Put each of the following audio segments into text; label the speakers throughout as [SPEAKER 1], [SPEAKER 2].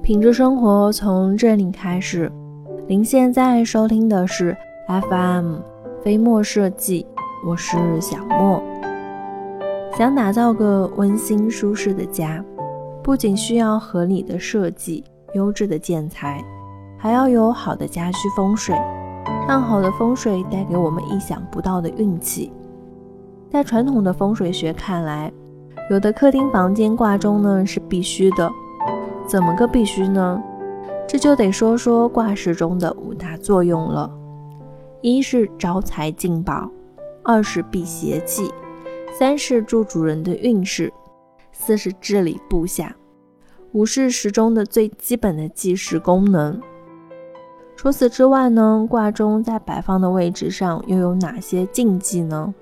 [SPEAKER 1] 品质生活从这里开始。您现在收听的是 FM 飞墨设计，我是小莫。想打造个温馨舒适的家，不仅需要合理的设计、优质的建材，还要有好的家居风水，让好的风水带给我们意想不到的运气。在传统的风水学看来，有的客厅房间挂钟呢是必须的。怎么个必须呢？这就得说说挂时钟的5大作用了。1是招财进宝，2是避邪气，3是助主人的运势，4是治理部下，5是时钟的最基本的计时功能。除此之外呢，挂钟在摆放的位置上又有哪些禁忌呢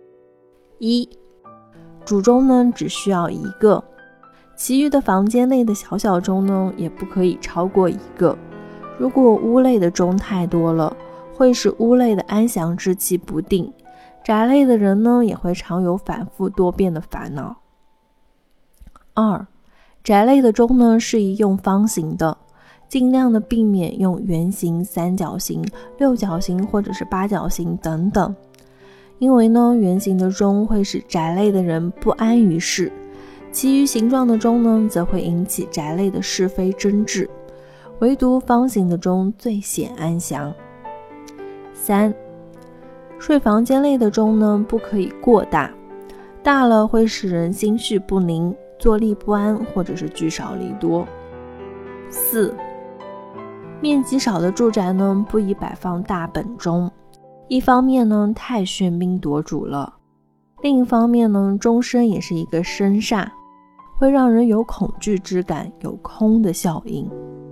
[SPEAKER 1] ？1. 主钟呢只需要1个，其余的房间内的小钟呢也不可以超过1个。如果屋内的钟太多了，会使屋内的安详之气不定，宅内的人呢也会常有反复多变的烦恼。2. 宅内的钟呢适宜用方形的，尽量的避免用圆形、三角形、六角形或者是八角形等等，因为呢圆形的钟会使宅内的人不安于世，其余形状的钟呢则会引起宅内的是非争执，唯独方形的钟最显安详。3. 睡房间内的钟呢不可以过大，大了会使人心绪不宁，坐立不安或者是聚少离多。4. 面积少的住宅呢不宜摆放大本钟，一方面呢太喧宾夺主了，另一方面呢钟声也是一个声煞，会让人有恐惧之感，有空的效应。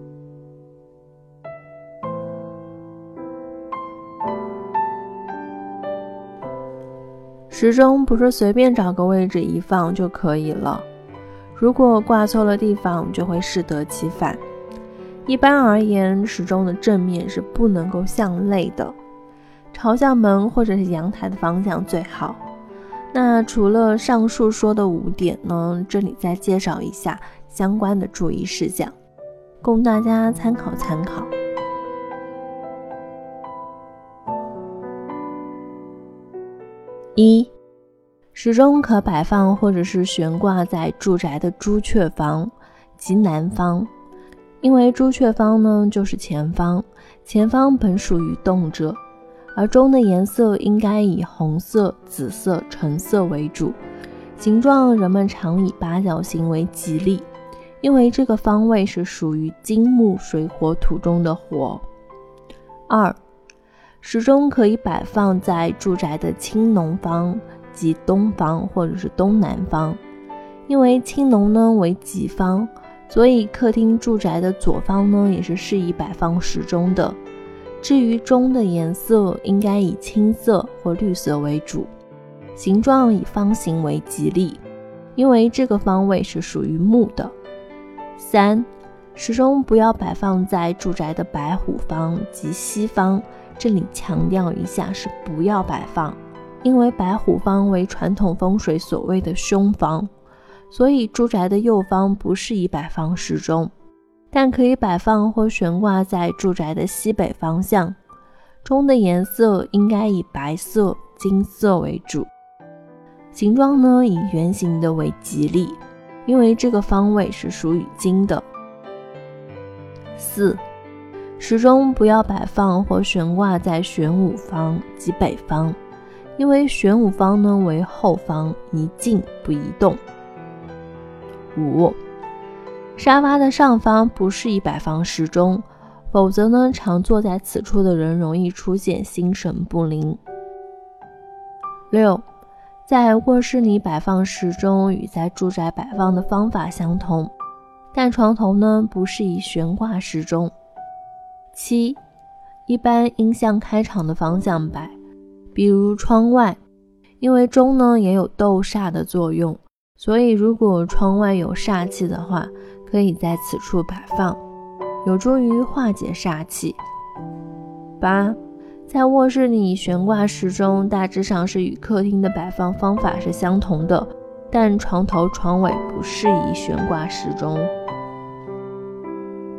[SPEAKER 1] 时钟不是随便找个位置一放就可以了，如果挂错了地方就会适得其反。一般而言，时钟的正面是不能够向内的，朝向门或者是阳台的方向最好。那除了上述说的5点呢，这里再介绍一下相关的注意事项，供大家参考参考。1. 时钟可摆放或者是悬挂在住宅的朱雀方及南方，因为朱雀方呢就是前方，前方本属于动者，而钟的颜色应该以红色、紫色、橙色为主，形状人们常以八角形为吉利，因为这个方位是属于金木水火土中的火。2. 时钟可以摆放在住宅的青农方及东方或者是东南方，因为青农呢为吉方，所以客厅住宅的左方呢也是适宜摆放时钟的。至于钟的颜色应该以青色或绿色为主，形状以方形为吉利，因为这个方位是属于木的。3. 时钟不要摆放在住宅的白虎方及西方，这里强调一下是不要摆放，因为白虎方为传统风水所谓的凶方，所以住宅的右方不适宜摆放时钟，但可以摆放或悬挂在住宅的西北方向。钟的颜色应该以白色、金色为主，形状呢以圆形的为吉利，因为这个方位是属于金的。4. 时钟不要摆放或悬挂在玄武方及北方，因为玄武方呢为后方，宜静不宜动。5. 沙发的上方不适宜摆放时钟，否则呢常坐在此处的人容易出现心神不宁。6. 在卧室里摆放时钟与在住宅摆放的方法相同，但床头呢不适宜悬挂时钟。7. 一般应向开场的方向摆，比如窗外，因为钟呢也有斗煞的作用，所以如果窗外有煞气的话，可以在此处摆放，有助于化解煞气。8. 在卧室里悬挂时钟大致上是与客厅的摆放方法是相同的，但床头床尾不适宜悬挂时钟。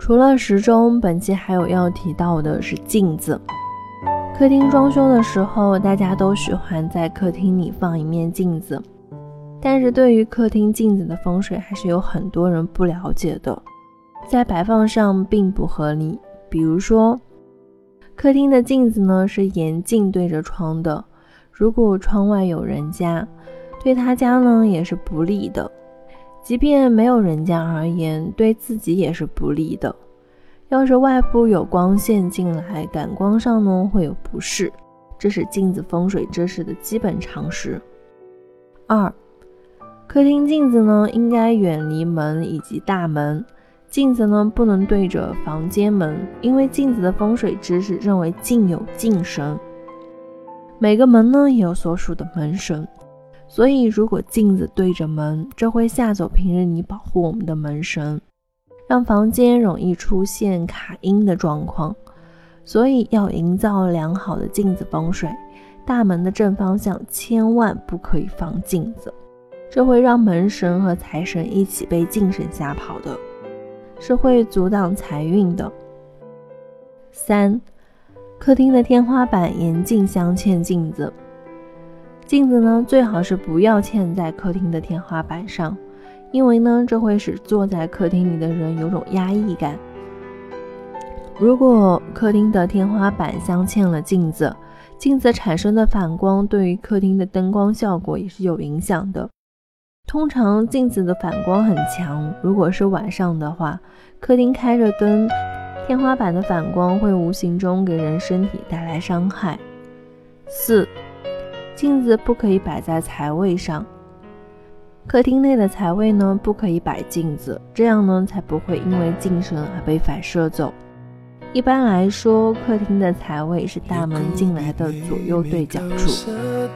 [SPEAKER 1] 除了时钟，本期还有要提到的是镜子。客厅装修的时候，大家都喜欢在客厅里放一面镜子，但是对于客厅镜子的风水还是有很多人不了解的，在摆放上并不合理。比如说，客厅的镜子呢是沿镜对着窗的，如果窗外有人家，对他家呢也是不利的，即便没有人家而言，对自己也是不利的。要是外部有光线进来，感光上呢会有不适，这是镜子风水知识的基本常识。2. 客厅镜子呢应该远离门以及大门，镜子呢不能对着房间门，因为镜子的风水知识认为镜有镜神，每个门呢也有所属的门神，所以如果镜子对着门，这会吓走平日里保护我们的门神，让房间容易出现卡阴的状况。所以要营造良好的镜子风水，大门的正方向千万不可以放镜子，这会让门神和财神一起被镜神吓跑的，是会阻挡财运的。3. 客厅的天花板沿镜镶嵌镜子，镜子呢最好是不要嵌在客厅的天花板上，因为呢这会使坐在客厅里的人有种压抑感。如果客厅的天花板镶嵌了镜子，镜子产生的反光对于客厅的灯光效果也是有影响的。通常镜子的反光很强，如果是晚上的话，客厅开着灯，天花板的反光会无形中给人身体带来伤害。4. 镜子不可以摆在财位上，客厅内的财位呢不可以摆镜子，这样呢才不会因为镜神而被反射走。一般来说，客厅的财位是大门进来的左右对角处。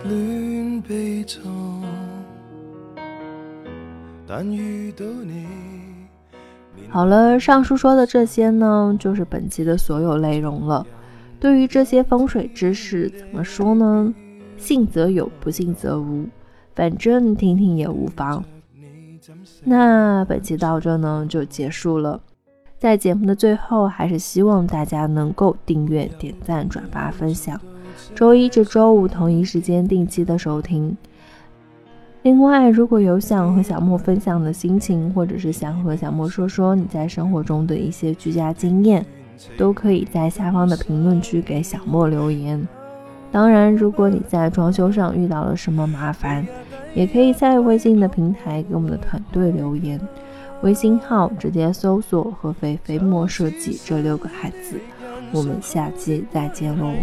[SPEAKER 1] 好了，上述说的这些呢，就是本期的所有内容了。对于这些风水知识怎么说呢？信则有，不信则无，反正听听也无妨。那本期到这呢就结束了。在节目的最后，还是希望大家能够订阅、点赞、转发、分享，周一至周五同一时间定期的收听。另外，如果有想和小莫分享的心情，或者是想和小莫说说你在生活中的一些居家经验，都可以在下方的评论区给小莫留言。当然，如果你在装修上遇到了什么麻烦，也可以在微信的平台给我们的团队留言，微信号直接搜索合肥飞墨设计这6个汉字。我们下期再见喽。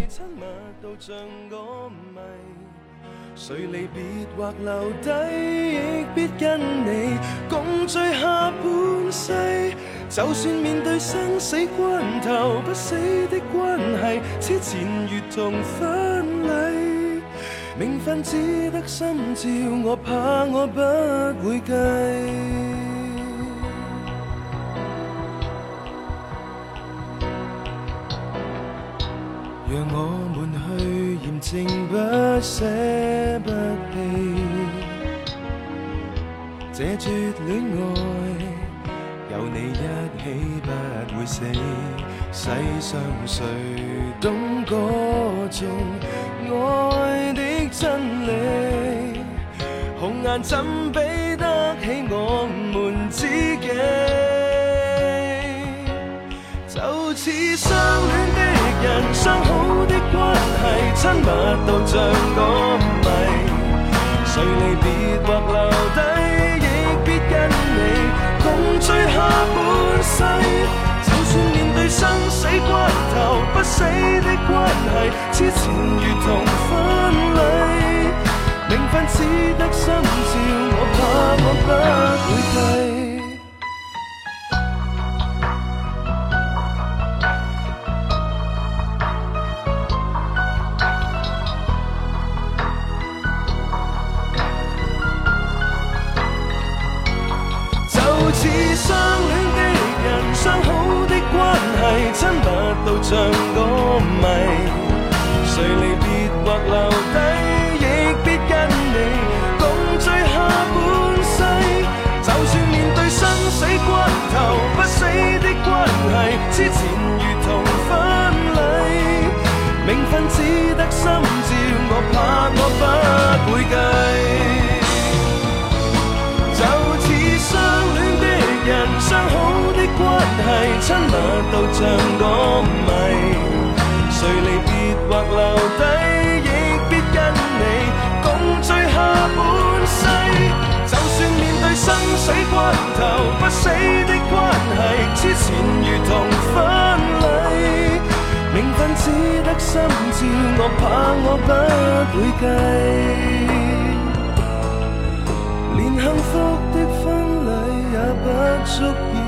[SPEAKER 1] 誰離別或留低，亦必跟你共聚下半世。就算面對生死關頭，不死的關係，此前如同婚禮。名分只得心照，我怕我不會計。讓我們去驗證，不捨不棄，這絕戀愛有你一起不會死。世上誰懂嗰種愛的真理？紅顏怎比得起我們知己？就似相戀的人，相好的關係，親密到像個謎。誰離別或留低，亦必跟你共聚下半世。就算面對生死關頭，不死的關係，痴纏如同婚禮。名分只得心照，我怕我不會計。似相戀的人，相好的關係，親密到像個謎。誰離別或留低，亦必跟你共聚下半世。就算面對生死關頭，不死的關係，
[SPEAKER 2] 痴纏如同婚禮，名分只得心照，我怕我不會計。就似相戀的人，相好的關係，親密到像我迷，誰離別或留低，亦必跟你共聚下半世。就算面對生死關頭，不死的關係，痴纏如同婚禮，名分只得心照，我怕我不會計，連幸福的婚禮也不足以